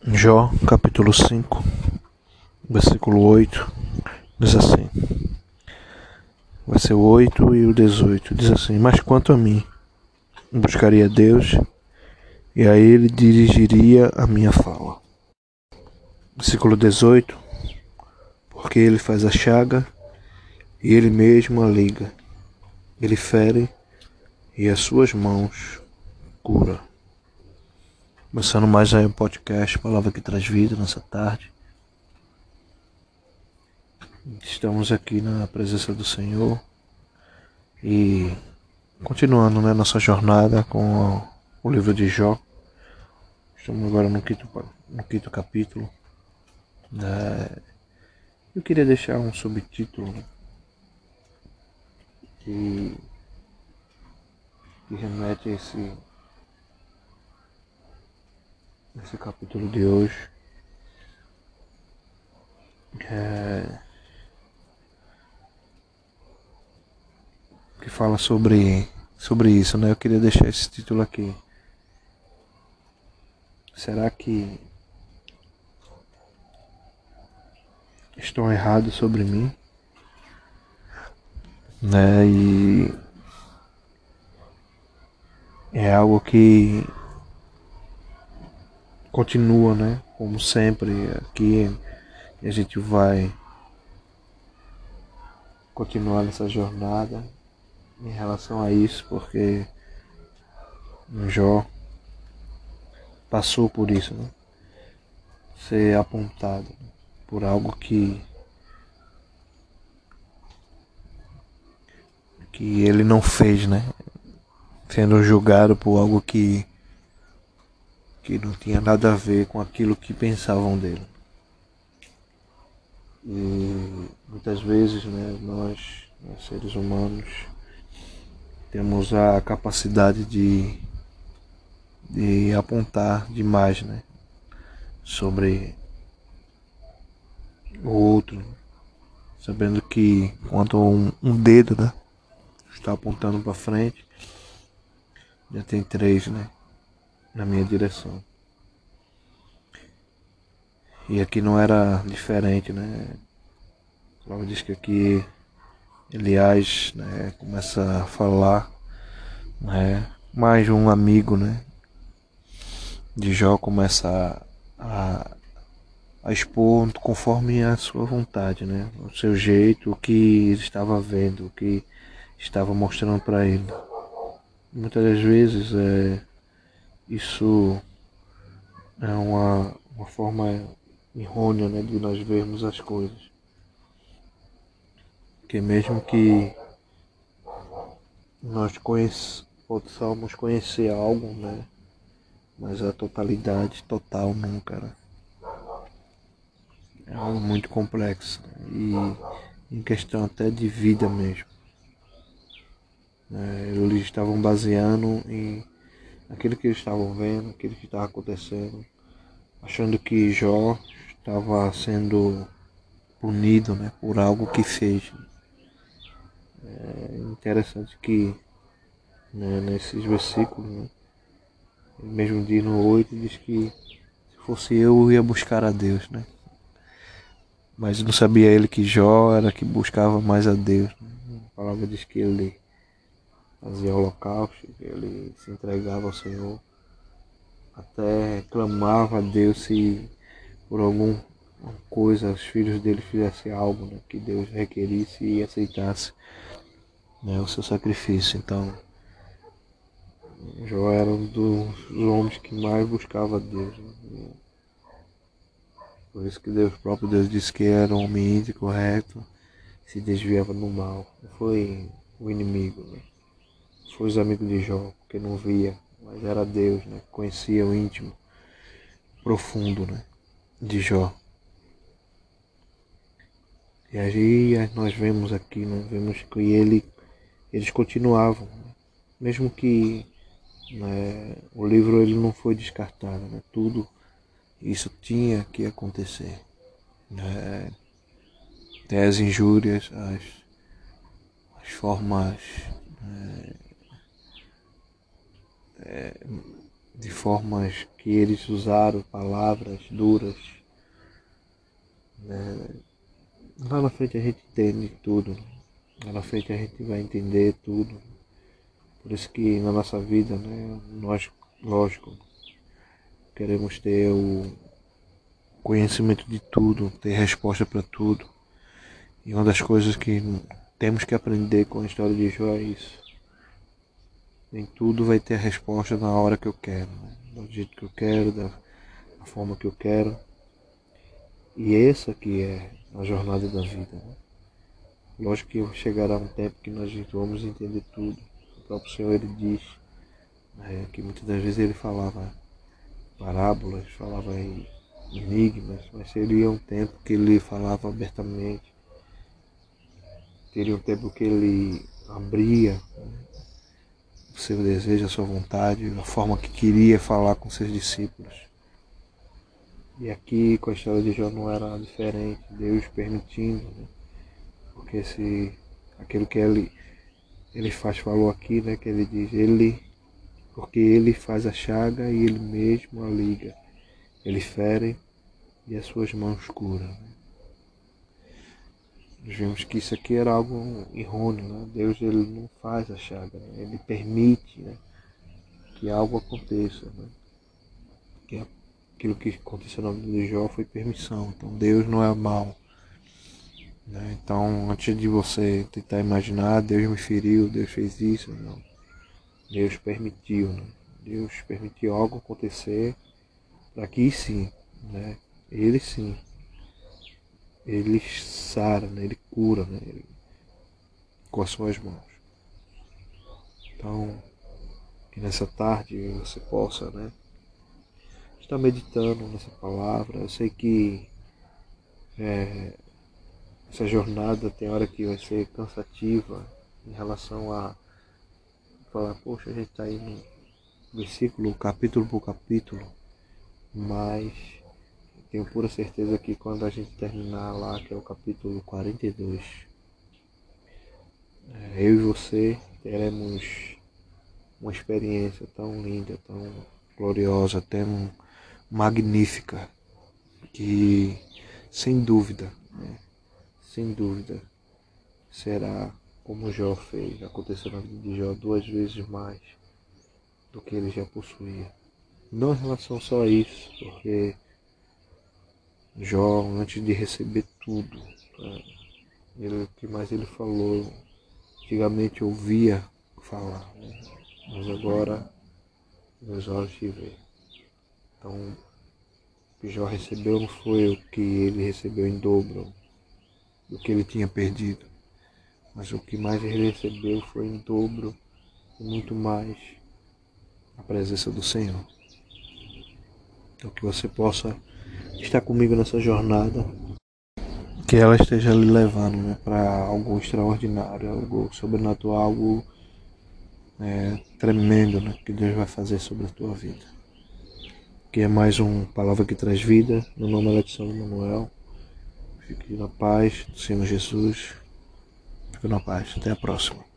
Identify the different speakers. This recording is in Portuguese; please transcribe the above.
Speaker 1: Jó, capítulo 5, versículo 8, diz assim, vai ser o 8 e o 18, diz assim: mas quanto a mim, buscaria Deus, e a Ele dirigiria a minha fala. Versículo 18, porque Ele faz a chaga, e Ele mesmo a liga, Ele fere, e as suas mãos cura. Começando mais aí um podcast, Palavra que Traz Vida, nessa tarde. Estamos aqui na presença do Senhor e continuando, nossa jornada com o livro de Jó. Estamos agora no quinto capítulo. Eu queria deixar um subtítulo que remete a esse capítulo de hoje. Que fala sobre isso, Eu queria deixar esse título aqui. Será que estão errados sobre mim? E é algo que continua, como sempre aqui, a gente vai continuar nessa jornada em relação a isso, porque Jó passou por isso, ser apontado por algo que ele não fez, sendo julgado por algo que não tinha nada a ver com aquilo que pensavam dele. E muitas vezes, nós seres humanos temos a capacidade de apontar demais, sobre o outro, sabendo que quando um dedo, está apontando para frente, já tem três, na minha direção. E aqui não era diferente, A palavra diz que aqui Elias, começa a falar, mais um amigo, de Jó começa a expor conforme a sua vontade, o seu jeito, o que ele estava vendo, o que estava mostrando para ele. Muitas das vezes isso é uma forma errônea, de nós vermos as coisas. Porque mesmo que nós possamos conhecer algo, mas a totalidade total nunca, É algo muito complexo, e em questão até de vida mesmo. Eles estavam baseando em aquilo que eles estavam vendo, aquilo que estava acontecendo, achando que Jó estava sendo punido, por algo que fez. É interessante que nesses versículos, ele mesmo diz no 8, diz que se fosse eu ia buscar a Deus, Mas não sabia ele que Jó era que buscava mais a Deus. A palavra diz que ele fazia holocausto, que ele se entregava ao Senhor, até clamava a Deus se por alguma coisa os filhos dele fizessem algo, que Deus requerisse e aceitasse, o seu sacrifício. Então Jó era um dos homens que mais buscava a Deus. Por isso que o próprio Deus disse que era um homem íntegro, correto, se desviava do mal. Não foi o inimigo, Foi os amigos de Jó, que não via, mas era Deus, Conhecia o íntimo, profundo, de Jó. E aí nós vemos aqui, vemos que eles continuavam, mesmo que o livro ele não foi descartado, tudo isso tinha que acontecer. Até as injúrias, as formas de formas que eles usaram, palavras duras, né? Lá na frente a gente entende tudo, né? Lá na frente a gente vai entender tudo. Por isso que na nossa vida, né, nós, lógico, queremos ter o conhecimento de tudo, ter resposta para tudo. E uma das coisas que temos que aprender com a história de Jó é isso. Nem tudo vai ter a resposta na hora que eu quero, né? Do jeito que eu quero, da forma que eu quero. E essa que é a jornada da vida, né? Lógico que chegará um tempo que nós vamos entender tudo. O próprio Senhor ele diz, né, que muitas das vezes ele falava parábolas, falava em enigmas, mas seria um tempo que ele falava abertamente, teria um tempo que ele abria, né, o seu desejo, a sua vontade, a forma que queria falar com seus discípulos. E aqui com a história de Jó não era diferente, Deus permitindo, né? Porque se aquilo que ele falou aqui, né, que ele diz, porque ele faz a chaga e ele mesmo a liga, ele fere e as suas mãos curam, né? Nós vimos que isso aqui era algo errôneo, né? Deus ele não faz a chaga, né? Ele permite, né, que algo aconteça, né? Que aquilo que aconteceu na vida de Jó foi permissão. Então Deus não é mal, né? Então antes de você tentar imaginar, Deus me feriu, Deus fez isso, não. Deus permitiu, né? Deus permitiu algo acontecer para que sim, né? Ele sim, ele sara, né? Ele cura, né? Com as suas mãos. Então, que nessa tarde você possa, né, estar meditando nessa palavra. Eu sei que essa jornada tem hora que vai ser cansativa em relação a falar, poxa, a gente está aí no versículo, capítulo por capítulo, mas tenho pura certeza que quando a gente terminar lá, que é o capítulo 42, eu e você teremos uma experiência tão linda, tão gloriosa, tão magnífica, que sem dúvida, né, sem dúvida, será como Jó fez, aconteceu na vida de Jó 2 vezes mais do que ele já possuía. Não em relação só a isso, porque Jó, antes de receber tudo, né, o que mais ele falou, antigamente eu ouvia falar, né, mas agora meus olhos te veem. Então, o que Jó recebeu não foi o que ele recebeu em dobro do que ele tinha perdido, mas o que mais ele recebeu foi em dobro e muito mais a presença do Senhor. Então que você possa estar comigo nessa jornada, que ela esteja lhe levando, né, para algo extraordinário, algo sobrenatural, algo tremendo, né, que Deus vai fazer sobre a tua vida. Que é mais uma palavra que traz vida, no nome da São Manuel. Fique na paz do Senhor Jesus. Fique na paz. Até a próxima.